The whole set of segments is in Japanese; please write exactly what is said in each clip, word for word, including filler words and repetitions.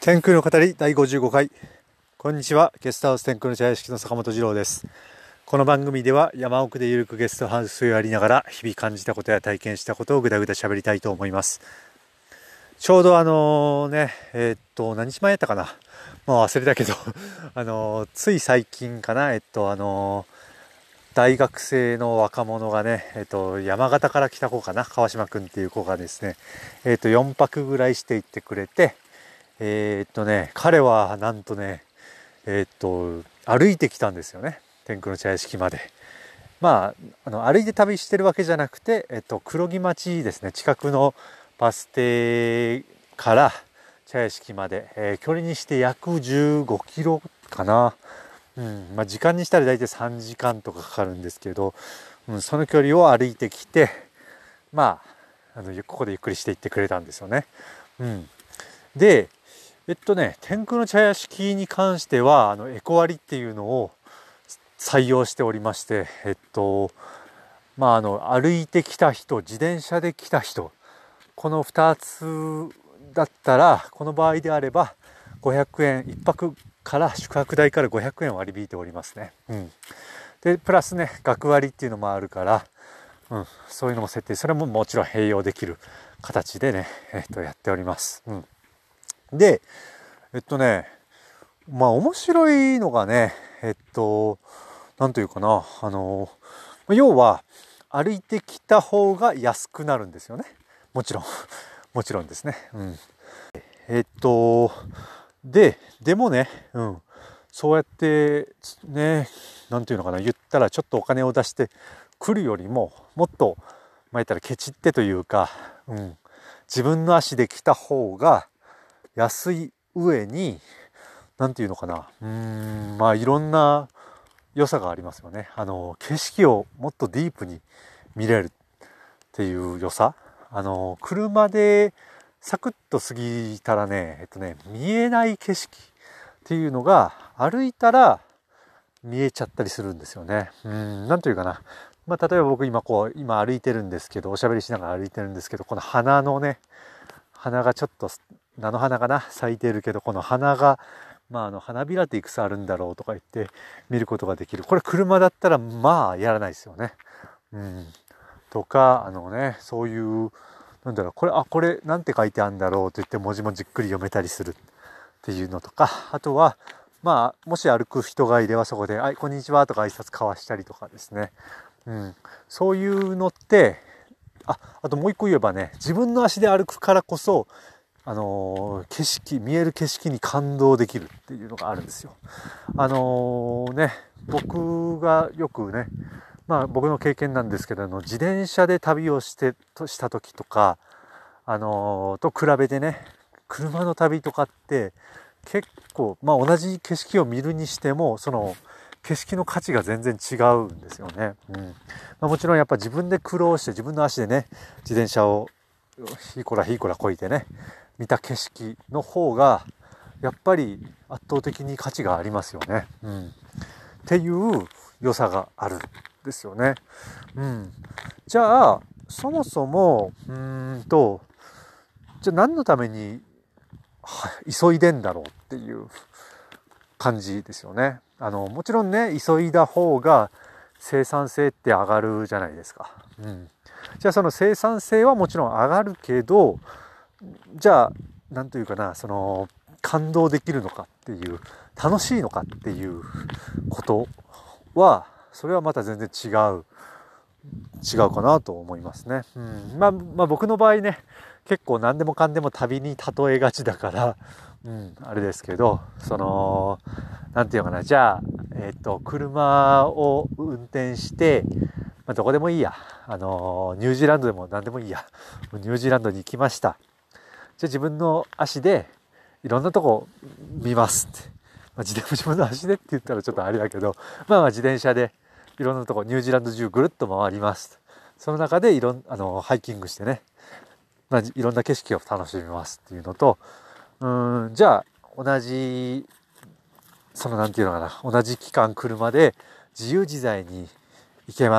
天空の語りだいごじゅうごかい。こんにちは。ゲストハウス天空の茶屋敷の坂本二郎です。この番組では山奥でゆるくゲストハウスをやりながら日々感じたことや体験したことをぐだぐだ喋りたいと思います。ちょうどあのねえー、っと何日前やったかな、もう忘れたけどあのつい最近かな、えっとあの大学生の若者がね、えっと、山形から来た子かな、川島くんっていう子がですね、えっとよんぱくぐらいしていってくれて、えー、っとね彼はなんとねえー、っと歩いてきたんですよね、天空の茶屋敷まで。まあ、あの歩いて旅してるわけじゃなくて、えっと、黒木町ですね、近くのバス停から茶屋敷まで、えー、距離にして約じゅうごキロかな。うんまあ、時間にしたら大体さんじかんとかかかるんですけど、うん、その距離を歩いてきて、まあ、あのここでゆっくりしていってくれたんですよね。うん、でえっとね、天空の茶屋敷に関してはあのエコ割っていうのを採用しておりまして、えっとまああの歩いてきた人、自転車で来た人、このふたつだったら、この場合であればごひゃくえん、いっぱくから宿泊代からごひゃくえん割り引いておりますね。うん、でプラスね学割っていうのもあるから、うん、そういうのも設定、それももちろん併用できる形でね、えっと、やっております。うんで、えっとね、まあ面白いのがね、えっと、なんというかな、あの、要は歩いてきた方が安くなるんですよね。もちろん、もちろんですね。うん。えっと、で、でもね、うん、そうやってね、なんていうのかな、言ったらちょっとお金を出してくるよりも、もっと、まあ言ったらケチってというか、うん、自分の足で来た方が、安い上に何て言うのかな、うーんまあいろんな良さがありますよね。あの景色をもっとディープに見れるっていう良さ、あの車でサクッと過ぎたらねえっとね見えない景色っていうのが歩いたら見えちゃったりするんですよね。うーんなんというかな、まあ例えば僕今こう今歩いてるんですけど、おしゃべりしながら歩いてるんですけど、この花のね、花がちょっと菜の花かな、咲いてるけど、この花が、まあ、あの花びらっていくつあるんだろうとか言って見ることができる。これ車だったらまあやらないですよね。うん、とかあのね、そういうなんだろう、これあこれなんて書いてあるんだろうと言って文字もじっくり読めたりするっていうのとか、あとはまあもし歩く人がいればそこで「はいこんにちは」とか挨拶交わしたりとかですね、うん、そういうのってああともう一個言えばね、自分の足で歩くからこそあのー、景色見える景色に感動できるっていうのがあるんですよ。あのー、ね僕がよくね、まあ僕の経験なんですけど、あの自転車で旅をしてとした時とか、あのー、と比べてね、車の旅とかって結構まあ同じ景色を見るにしてもその景色の価値が全然違うんですよね。うんまあ、もちろんやっぱ自分で苦労して自分の足でね自転車をひいこらひいこらこいてね見た景色の方がやっぱり圧倒的に価値がありますよね。うん、っていう良さがあるんですよね。うん、じゃあそもそもうーんとじゃあ何のために急いでんだろうっていう感じですよね。あのもちろんね急いだ方が生産性って上がるじゃないですか。うん、じゃあその生産性はもちろん上がるけど、じゃあ何というかな、その感動できるのかっていう、楽しいのかっていうことはそれはまた全然違う違うかなと思いますね。うん、まあ、まあ僕の場合ね結構何でもかんでも旅に例えがちだから、うん、あれですけど、そのなんていうのかな、じゃあ、えっと車を運転して、まあ、どこでもいいや、あのニュージーランドでも何でもいいや、ニュージーランドに行きました。じゃあ自分の足でいろんなとこ見ますって、まあ、自転自分の足でって言ったらちょっとあれだけど、まあまあ自転車でいろんなとこニュージーランド中ぐるっと回ります。その中でいろんあのハイキングしてね、まあ、いろんな景色を楽しみますっていうのと、うーんじゃあ同じそのなんていうのかな、同じ期間車で自由自在に行けます。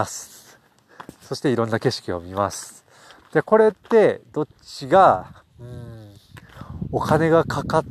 そしていろんな景色を見ます。でこれってどっちがうーんお金がかかっ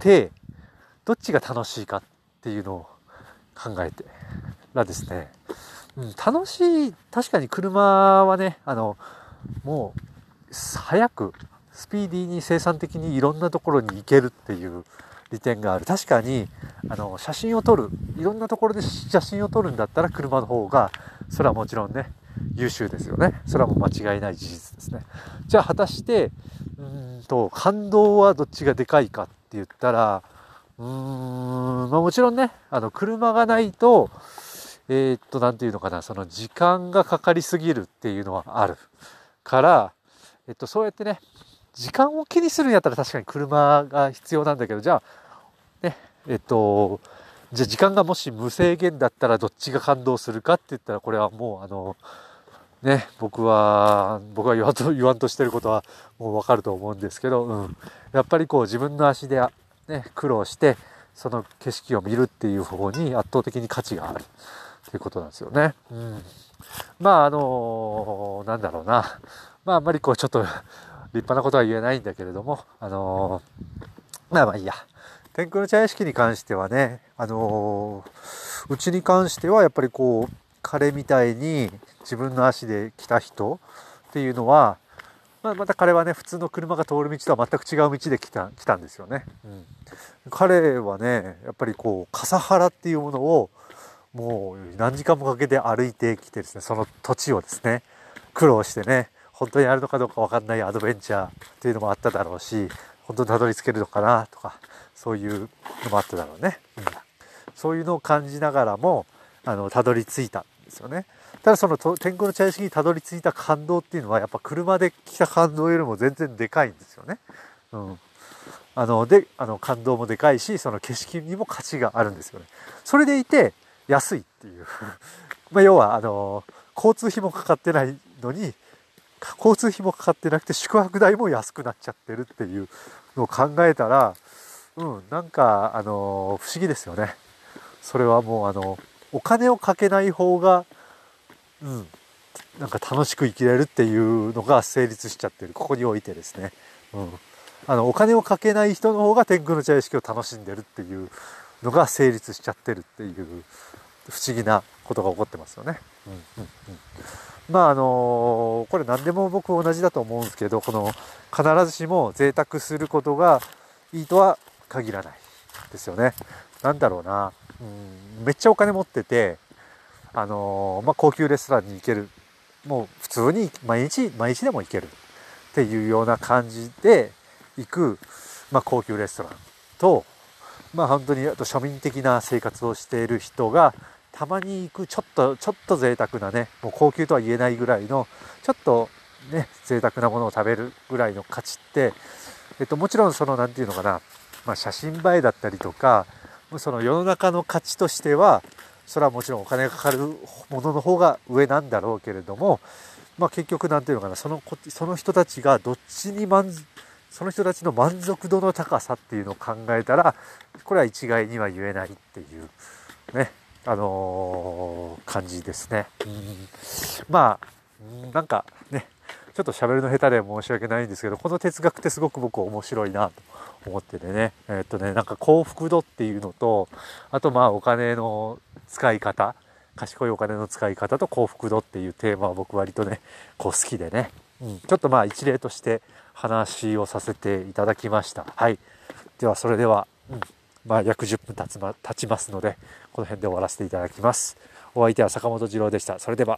てどっちが楽しいかっていうのを考えてらですね、うん、楽しい、確かに車はね、あのもう早くスピーディーに生産的にいろんなところに行けるっていう利点がある。確かにあの写真を撮る、いろんなところで写真を撮るんだったら車の方がそれはもちろんね優秀ですよね。それはもう間違いない事実ですね。じゃあ果たしてうーんと感動はどっちがでかいかって言ったら、うーん、まあ、もちろんね、あの車がないとえー、っとなんていうのかな、その時間がかかりすぎるっていうのはあるから、えっとそうやってね、時間を気にするんやったら確かに車が必要なんだけど、じゃあね、えっとじゃあ時間がもし無制限だったらどっちが感動するかって言ったら、これはもうあのね、僕は僕は言わんと言わんとしてることはもう分かると思うんですけど、うん、やっぱりこう自分の足で、ね、苦労してその景色を見るっていう方に圧倒的に価値があるということなんですよね。うん、まああのなんだろうな、まああんまりこうちょっと立派なことは言えないんだけれども、あのまあまあいいや。天空の茶屋敷に関してはね、あのうちに関してはやっぱりこう彼みたいに自分の足で来た人っていうのは、まあ、また彼はね普通の車が通る道とは全く違う道で来た、来たんですよね。うん、彼はねやっぱりこう笠原っていうものをもう何時間もかけて歩いてきてですね、その土地をですね苦労してね、本当にあるのかどうか分かんないアドベンチャーっていうのもあっただろうし、本当にたどり着けるのかなとか、そういうのもあっただろうね。うん、そういうのを感じながらもあのたどり着いたんですよね。ただその天空の茶屋敷にたどり着いた感動っていうのはやっぱ車で来た感動よりも全然でかいんですよね。うん、あのであの感動もでかいし、その景色にも価値があるんですよね。それでいて安いっていうまあ要はあの交通費もかかってないのに、交通費もかかってなくて宿泊代も安くなっちゃってるっていうのを考えたら、うんなんかあの不思議ですよね。それはもうあのお金をかけない方が、うん、なんか楽しく生きれるっていうのが成立しちゃってる、ここにおいてですね。うん、あのお金をかけない人の方が天空の茶屋敷を楽しんでるっていうのが成立しちゃってるっていう不思議なことが起こってますよね。うんうんうん、まああのこれ何でも僕同じだと思うんですけど、この必ずしも贅沢することがいいとは限らないですよね。なんだろうな、うん、めっちゃお金持ってて、あのまあ、高級レストランに行ける、もう普通に毎日毎日でも行けるっていうような感じで行く、まあ、高級レストランと、まあ本当にあと庶民的な生活をしている人がたまに行くちょっとちょっと贅沢なね、もう高級とは言えないぐらいのちょっとね贅沢なものを食べるぐらいの価値って、えっと、もちろんその何て言うのかな、まあ、写真映えだったりとか、その世の中の価値としてはそれはもちろんお金がかかるものの方が上なんだろうけれども、まあ、結局何て言うのかな、そのその人たちがどっちに満足、その人たちの満足度の高さっていうのを考えたら、これは一概には言えないっていうね、あのー、感じですね。うん、まあなんかねちょっと喋るの下手で申し訳ないんですけど、この哲学ってすごく僕面白いなと思っててね、えー、っとねなんか幸福度っていうのと、あとまあお金の使い方、賢いお金の使い方と幸福度っていうテーマは僕割とねこう好きでね、うん、ちょっとまあ一例として話をさせていただきました。はい、ではそれでは、うん、まあ約じゅっぷん経つま経ちますので、この辺で終わらせていただきます。お相手は坂本二郎でした。それでは。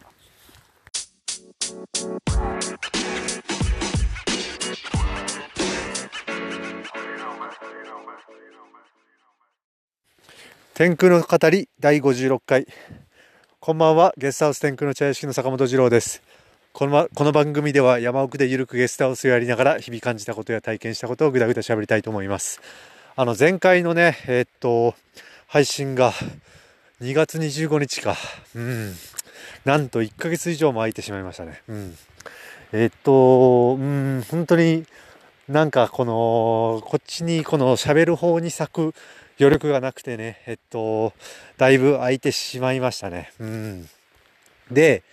天空の語りだいごじゅうろっかい。こんばんは。ゲストハウス天空の茶屋敷の坂本二郎です。この、この番組では山奥でゆるくゲストハウスをやりながら日々感じたことや体験したことをぐだぐだ喋りたいと思います。あの前回のねえー、っと配信がにがつにじゅうごにちか、うん、なんといっかげつ以上も空いてしまいましたね。うん、えー、っとうん本当になんかこのこっちにこの喋る方に咲く余力がなくてね、えっとだいぶ空いてしまいましたね。うん、で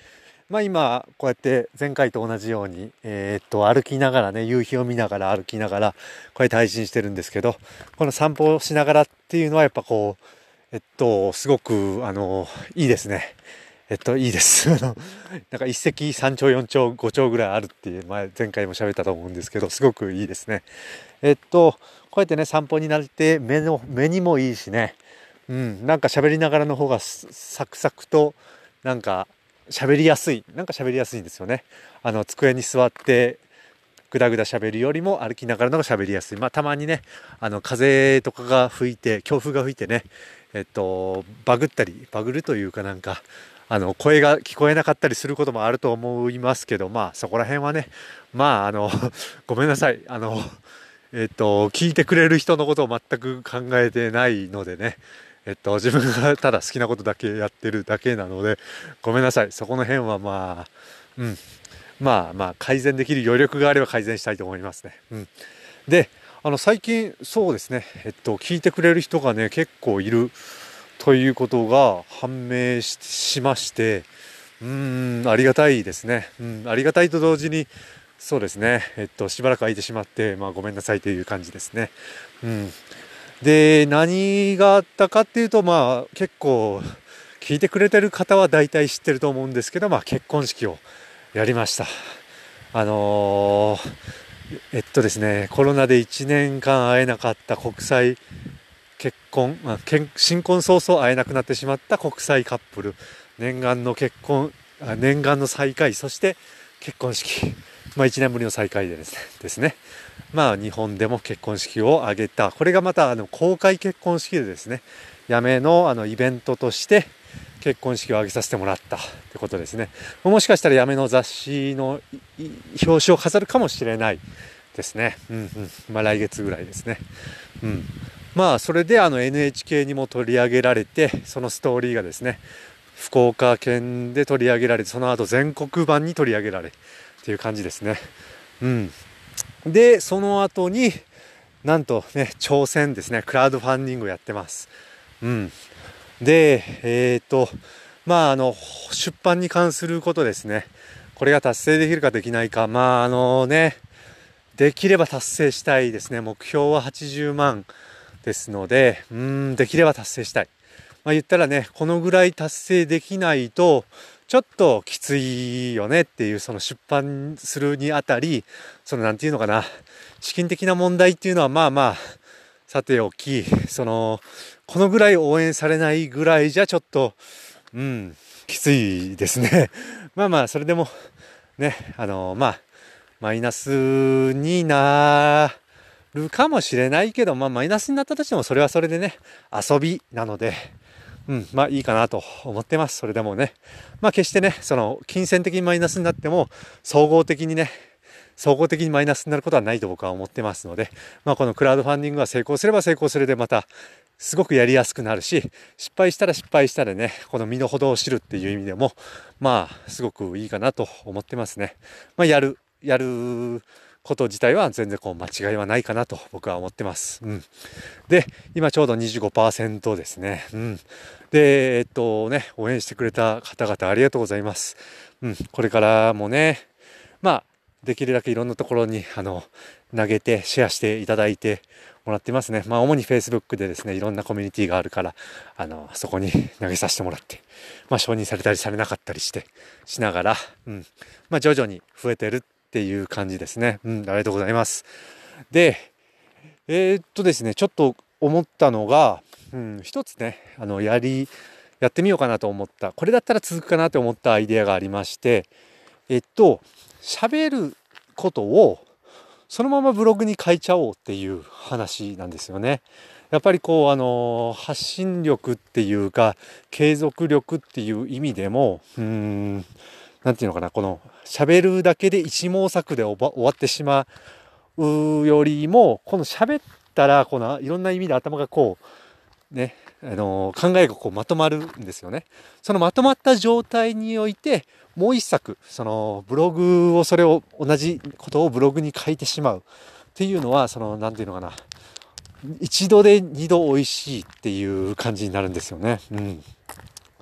まあ今こうやって前回と同じように、えーっと歩きながらね、夕日を見ながら歩きながらこうやって配信してるんですけど、この散歩をしながらっていうのはやっぱこうえっとすごくあのいいですね。えっといいですあのなんか一石三鳥四鳥五鳥ぐらいあるっていう前前回も喋ったと思うんですけど、すごくいいですね。えっとこうやってね散歩になって目の目にもいいしね、うん、なんか喋りながらの方がサクサクとなんか喋りやすい、なんか喋りやすいんですよね。あの机に座ってぐだぐだ喋るよりも歩きながらの方が喋りやすい。まあたまにね、あの風とかが吹いて強風が吹いてね、えっとバグったりバグるというかなんかあの声が聞こえなかったりすることもあると思いますけど、まあそこら辺はね、まああのごめんなさい、あのえっと聞いてくれる人のことを全く考えてないのでね、えっと自分がただ好きなことだけやってるだけなのでごめんなさい。そこの辺はまあうんまあまあ改善できる余力があれば改善したいと思いますね。うん、であの最近そうですね、えっと聞いてくれる人がね結構いるということが判明 し, しまして、うーんありがたいですね。うん、ありがたいと同時にそうですね、えっとしばらく空いてしまって、まあ、ごめんなさいという感じですね。うん、で何があったかっていうと、まあ結構聞いてくれてる方は大体知ってると思うんですけど、まあ、結婚式をやりました。あのー、えっとですねコロナでいちねんかん会えなかった国際結婚、まあ、新婚早々会えなくなってしまった国際カップル、念願の結婚念願の再会、そして結婚式、まあ、いちねんぶりの再会でですね、ですねまあ日本でも結婚式を挙げた。これがまたあの公開結婚式でですね、やめのあのイベントとして結婚式を挙げさせてもらったってことですね。もしかしたらやめの雑誌の表紙を飾るかもしれないですね。うんうん、まあ来月ぐらいですね。うん、まあそれであの エヌエイチケー にも取り上げられて、そのストーリーがですね福岡県で取り上げられて、その後全国版に取り上げられっていう感じですね。うん、でその後になんとね挑戦ですね、クラウドファンディングをやってます。うん、でえっ、ー、とまああの出版に関することですね。これが達成できるかできないか、まああのねできれば達成したいですね。目標ははちじゅうまんですので、うーんできれば達成したい。まあ言ったらね、このぐらい達成できないとちょっときついよねっていう、その出版するにあたり、そのなんていうのかな、資金的な問題っていうのはまあまあさておき、そのこのぐらい応援されないぐらいじゃちょっとうんきついですね。まあまあそれでもね、あのまあマイナスになるかもしれないけど、まあマイナスになったとしてもそれはそれでね遊びなので、うんまあいいかなと思ってます。それでもね、まあ決してねその金銭的にマイナスになっても総合的にね総合的にマイナスになることはないと僕は思ってますので、まあ、このクラウドファンディングが成功すれば成功するでまたすごくやりやすくなるし、失敗したら失敗したらねこの身の程を知るっていう意味でもまあすごくいいかなと思ってますね。まあ、やるやること自体は全然こう間違いはないかなと僕は思ってます。うん、で今ちょうど にじゅうごパーセント ですね。うん、でえっとね応援してくれた方々ありがとうございます。うん、これからもねまあできるだけいろんなところにあの投げてシェアしていただいてもらってますね。まあ主に Facebook でですねいろんなコミュニティがあるからあのそこに投げさせてもらって、まあ、承認されたりされなかったりしてしながら、うんまあ、徐々に増えてるっていう感じですね。うん、ありがとうございます。でえー、っとですねちょっと思ったのが、うん、一つねあのやりやってみようかなと思った、これだったら続くかなと思ったアイデアがありまして、えっと喋ることをそのままブログに書いちゃおうっていう話なんですよね。やっぱりこうあの発信力っていうか継続力っていう意味でもうーんなんていうのかな、この喋るだけで一毛作で終わってしまうよりも、この喋ったらこのいろんな意味で頭がこうねあの考えがこうまとまるんですよね。そのまとまった状態においてもう一作そのブログをそれを同じことをブログに書いてしまうっていうのはそのなんていうのかな、一度で二度美味しいっていう感じになるんですよね。うん、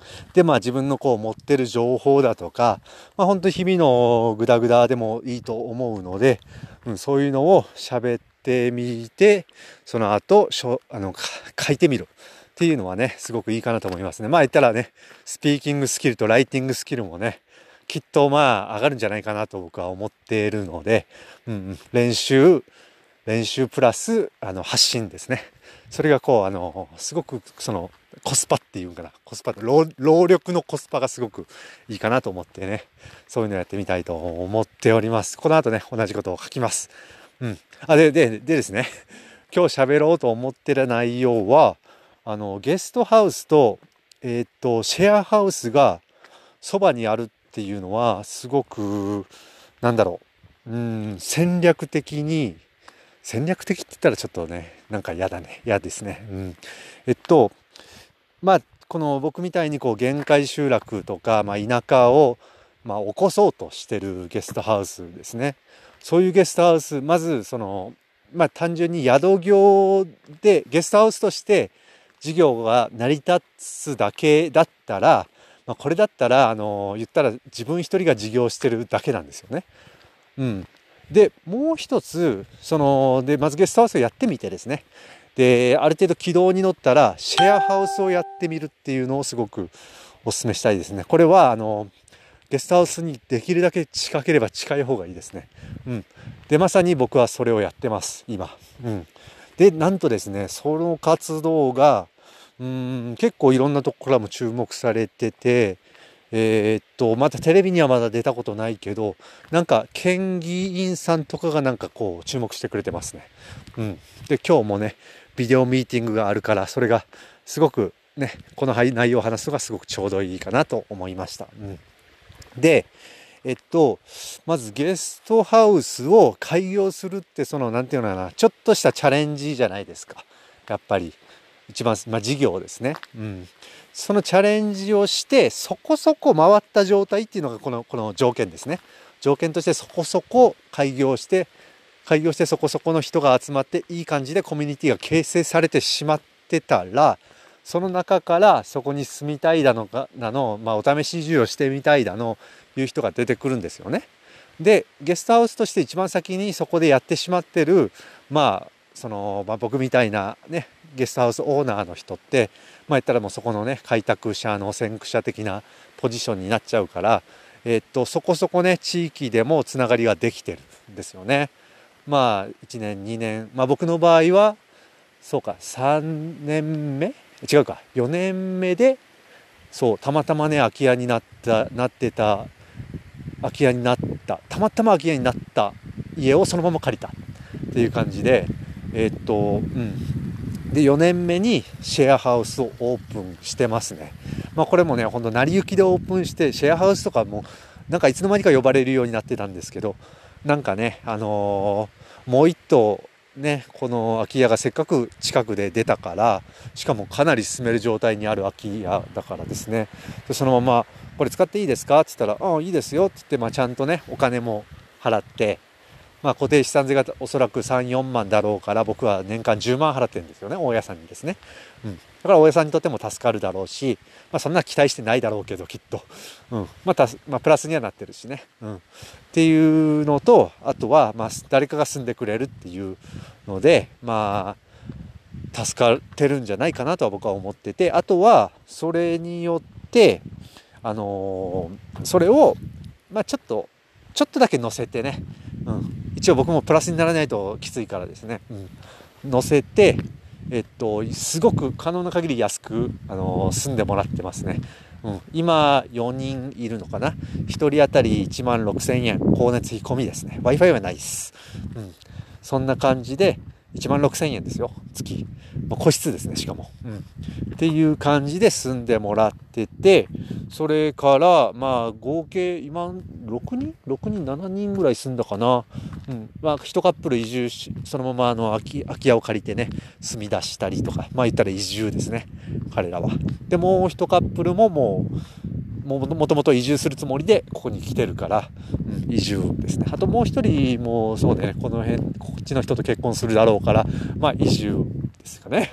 で、まあ自分のこう持ってる情報だとか、まあ本当に日々のグダグダでもいいと思うので、うん、そういうのを喋ってみて、その後しょあの書いてみるっていうのはね、すごくいいかなと思いますね。まあ言ったらね、スピーキングスキルとライティングスキルもね、きっとまあ上がるんじゃないかなと僕は思っているので、うんうん、練習練習プラスあの発信ですね。それがこうあのすごくそのコスパっていうんかな、コスパ労労力のコスパがすごくいいかなと思ってね、そういうのやってみたいと思っております。この後ね、同じことを書きます。うん。あでででですね、今日喋ろうと思ってる内容は、あのゲストハウスとえー、っとシェアハウスがそばにあるっていうのはすごくなんだろう、うん、戦略的に戦略的って言ったらちょっとね、なんか嫌だね。嫌ですね。うん。えっと、まあ、この僕みたいにこう限界集落とか、まあ、田舎を、まあ、起こそうとしてるゲストハウスですね。そういうゲストハウス、まずその、まあ、単純に宿業でゲストハウスとして事業が成り立つだけだったら、まあ、これだったら、あの、言ったら自分一人が事業してるだけなんですよね。うん。でもう一つそのでまずゲストハウスをやってみてですね、である程度軌道に乗ったらシェアハウスをやってみるっていうのをすごくお勧めしたいですね。これはあのゲストハウスにできるだけ近ければ近い方がいいですね。うん、でまさに僕はそれをやってます今。うん、でなんとですね、その活動がうーん結構いろんなところからも注目されてて、えー、っとまたテレビにはまだ出たことないけど、なんか県議員さんとかがなんかこう注目してくれてますね。うん、で今日もねビデオミーティングがあるから、それがすごくねこの内容を話すのがすごくちょうどいいかなと思いました。うん、でえっとまずゲストハウスを開業するって、そのなんていうのかな、ちょっとしたチャレンジじゃないですか。やっぱり一番、まあ、事業ですね。うん、そのチャレンジをしてそこそこ回った状態っていうのがこのこの条件ですね。条件としてそこそこ開業して開業してそこそこの人が集まっていい感じでコミュニティが形成されてしまってたら、その中からそこに住みたいだのかなの、まあ、お試し移住をしてみたいだのいう人が出てくるんですよね。でゲストハウスとして一番先にそこでやってしまってる、まあその、まあ、僕みたいなねゲストハウスオーナーの人って、まあ言ったらもうそこのね開拓者の先駆者的なポジションになっちゃうから、えー、っとそこそこね地域でもつながりができてるんですよね。まあいちねんにねん、まあ僕の場合はそうかさんねんめ違うかよねんめで、そうたまたまね空き家になったなってた空き家になったたまたま空き家になった家をそのまま借りたっていう感じで、えー、っとうんでよねんめにシェアハウスをオープンしてますね。まあこれもねほんと成り行きでオープンして、シェアハウスとかもなんかいつの間にか呼ばれるようになってたんですけど、なんかねあのー、もう一棟ねこの空き家がせっかく近くで出たから、しかもかなり進める状態にある空き家だからですね、でそのままこれ使っていいですかって言ったら、ああいいですよって言って、まあ、ちゃんとねお金も払って、まあ、固定資産税がおそらくさん、よんまんだろうから、僕は年間じゅうまん払ってるんですよね、大家さんにですね。うん、だから大家さんにとっても助かるだろうし、まあ、そんな期待してないだろうけどきっと、うんまあまあ、プラスにはなってるしね、うん、っていうのと、あとはまあ誰かが住んでくれるっていうので、まあ助かってるんじゃないかなとは僕は思ってて、あとはそれによってあのー、それをまあちょっとちょっとだけ乗せてね、うん、一応僕もプラスにならないときついからですね、うん、乗せて、えっと、すごく可能な限り安く、あのー、住んでもらってますね。うん、今よにんいるのかな、ひとり当たりいちまんろくせんえん、光熱費込みですね。 Wi-Fi はないです、うん、そんな感じでいちまんろくせんえんですよ月、まあ、個室ですねしかも、うん、っていう感じで住んでもらってて、それからまあ合計今ろくにんろくにんしちにんぐらい住んだかな、うんまあ、いちカップル移住しそのままあの空き、空き家を借りてね住み出したりとか、まあ言ったら移住ですね彼らは。でもういちカップルももうももともと移住するつもりでここに来てるから、うん、移住ですね。あともう一人もそうね、この辺こっちの人と結婚するだろうから、まあ移住ですかね。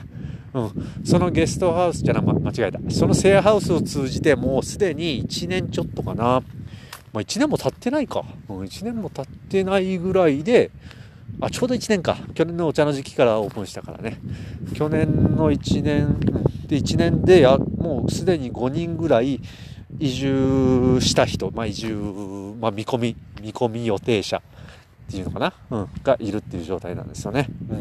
うん、そのゲストハウスじゃな、ま、間違えた。そのシェアハウスを通じてもうすでにいちねんちょっとかな。まあ、いちねんも経ってないか。うん、いちねんも経ってないぐらいで、あ、ちょうどいちねんか。去年のお茶の時期からオープンしたからね。去年のいちねん、うん、でいちねんでやもうすでにごにんぐらい移住した人、まあ、移住、まあ、見込み見込み予定者っていうのかな、うん、がいるっていう状態なんですよね。うん、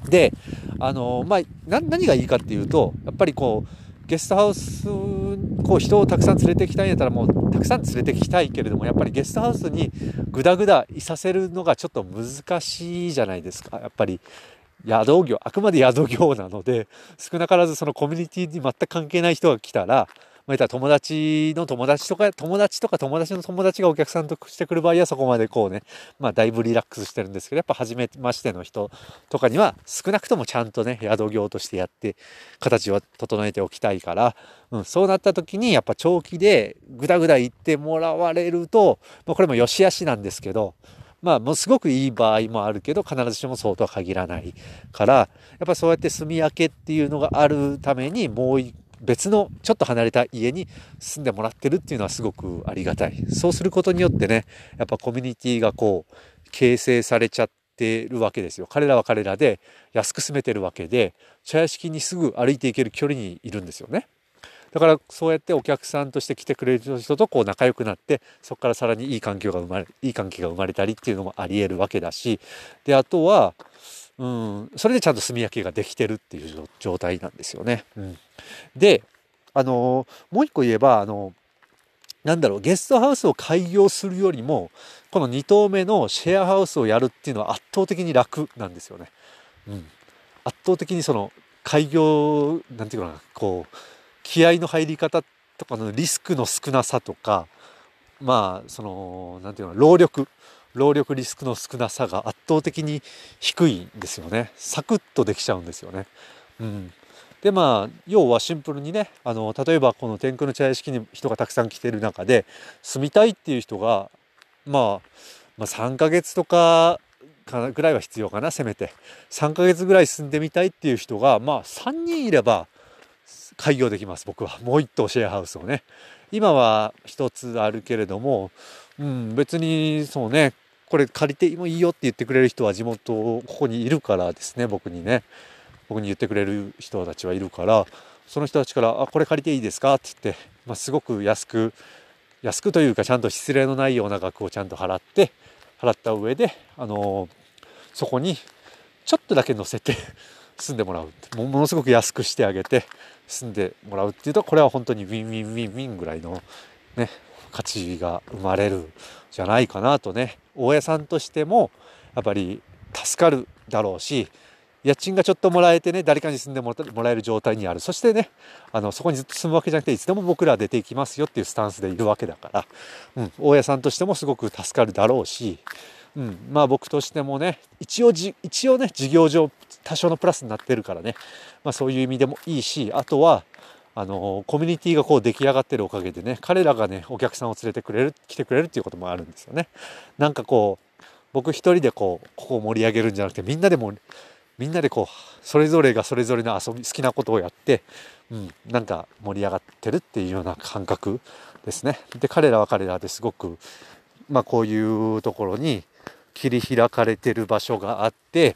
で、あのまあ、な何がいいかっていうと、やっぱりこうゲストハウス、こう人をたくさん連れてきたいんやったらもうたくさん連れてきたいけれども、やっぱりゲストハウスにグダグダいさせるのがちょっと難しいじゃないですか。やっぱり宿業、あくまで宿業なので、少なからずそのコミュニティに全く関係ない人が来たら、まあ、友達の友達とか、友達とか友達の友達がお客さんとしてくる場合はそこまでこうね、まあだいぶリラックスしてるんですけど、やっぱ初めましての人とかには少なくともちゃんとね、宿業としてやって形を整えておきたいから、うん、そうなった時にやっぱ長期でグダグダ言ってもらわれると、まあ、これも良し悪しなんですけど、まあもうすごくいい場合もあるけど必ずしもそうとは限らないから、やっぱそうやって住み分けっていうのがあるために、もう別のちょっと離れた家に住んでもらってるっていうのはすごくありがたい。そうすることによってね、やっぱコミュニティがこう形成されちゃってるわけですよ。彼らは彼らで安く住めてるわけで、茶屋敷にすぐ歩いていける距離にいるんですよね。だからそうやってお客さんとして来てくれる人とこう仲良くなって、そこからさらにいい環境が生まれいい関係が生まれたりっていうのもあり得るわけだし、であとは、うん、それでちゃんと住み分けができてるっていう状態なんですよね。うん、で、あのもう一個言えば、あのなんだろう、ゲストハウスを開業するよりもこのに棟目のシェアハウスをやるっていうのは圧倒的に楽なんですよね。うん、圧倒的にその開業なんていうかな、こう気合の入り方とかのリスクの少なさとか、まあそのなんていうの、労力労力リスクの少なさが圧倒的に低いんですよね。サクッとできちゃうんですよね。うん、でまあ要はシンプルにね、あの例えばこの天空の茶屋敷に人がたくさん来てる中で住みたいっていう人が、まあ、まあさんかげつとかぐらいは必要かな、せめてさんかげつぐらい住んでみたいっていう人がまあさんにんいれば開業できます。僕はもう一棟シェアハウスをね、今は一つあるけれども、うん、別にそうね、これ借りてもいいよって言ってくれる人は地元ここにいるからですね、僕にね僕に言ってくれる人たちはいるから、その人たちから「あ、これ借りていいですか?」って言って、まあ、すごく安く安くというかちゃんと失礼のないような額をちゃんと払って払った上で、あのー、そこにちょっとだけ乗せて住んでもらう、ものすごく安くしてあげて住んでもらうっていうと、これは本当にウィンウィンウィンウィンぐらいのね価値が生まれるじゃないかなとね。大家さんとしてもやっぱり助かるだろうし、家賃がちょっともらえてね、誰かに住んでもらえる状態にある。そしてね、あのそこにずっと住むわけじゃなくて、いつでも僕らは出ていきますよっていうスタンスでいるわけだから、うん、大家さんとしてもすごく助かるだろうし、うん、まあ僕としてもね、一応じ一応ね事業上多少のプラスになってるからね、まあ、そういう意味でもいいし、あとはあのコミュニティがこう出来上がってるおかげでね、彼らがねお客さんを連れてくれる来てくれるっていうこともあるんですよね。なんかこう僕一人でこうここを盛り上げるんじゃなくて、みんなでもみんなでこうそれぞれがそれぞれの遊び好きなことをやって、うん、なんか盛り上がってるっていうような感覚ですね。で彼らは彼らですごく、まあ、こういうところに切り開かれてる場所があって、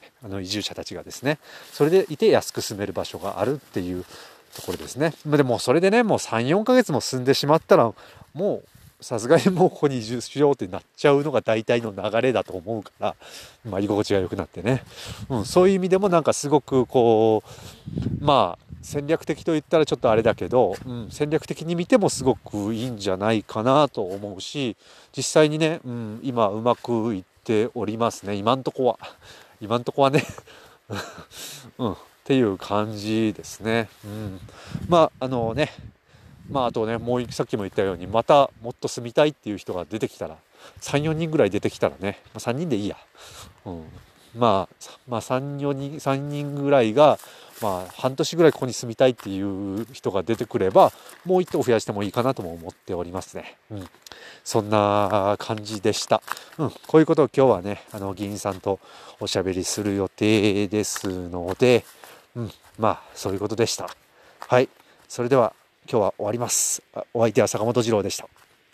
あの移住者たちがですね、それでいて安く住める場所があるっていうところですね。でもそれでね、もうさん、よんかげつも住んでしまったら、もうさすがにもうここに移住しようってなっちゃうのが大体の流れだと思うから、まあ、居心地が良くなってね、うん、そういう意味でもなんかすごくこう、まあ戦略的と言ったらちょっとあれだけど、うん、戦略的に見てもすごくいいんじゃないかなと思うし、実際にね、うん、今うまくいっておりますね、今んとこは今んとこはねうん、っていう感じですね。うん、まああのねまああとね、もうさっきも言ったように、またもっと住みたいっていう人が出てきたら、さん、よにんぐらい出てきたらね、まあ、さんにんでいいや、うん、まあ、まあさん、よにんさんにんぐらいが、まあ、半年ぐらいここに住みたいっていう人が出てくれば、もう一棟増やしてもいいかなとも思っておりますね。うん、そんな感じでした。うん、こういうことを今日はね、あの議員さんとおしゃべりする予定ですので、 うん、まあそういうことでした。はい、それでは今日は終わります。お相手は坂本二郎でした。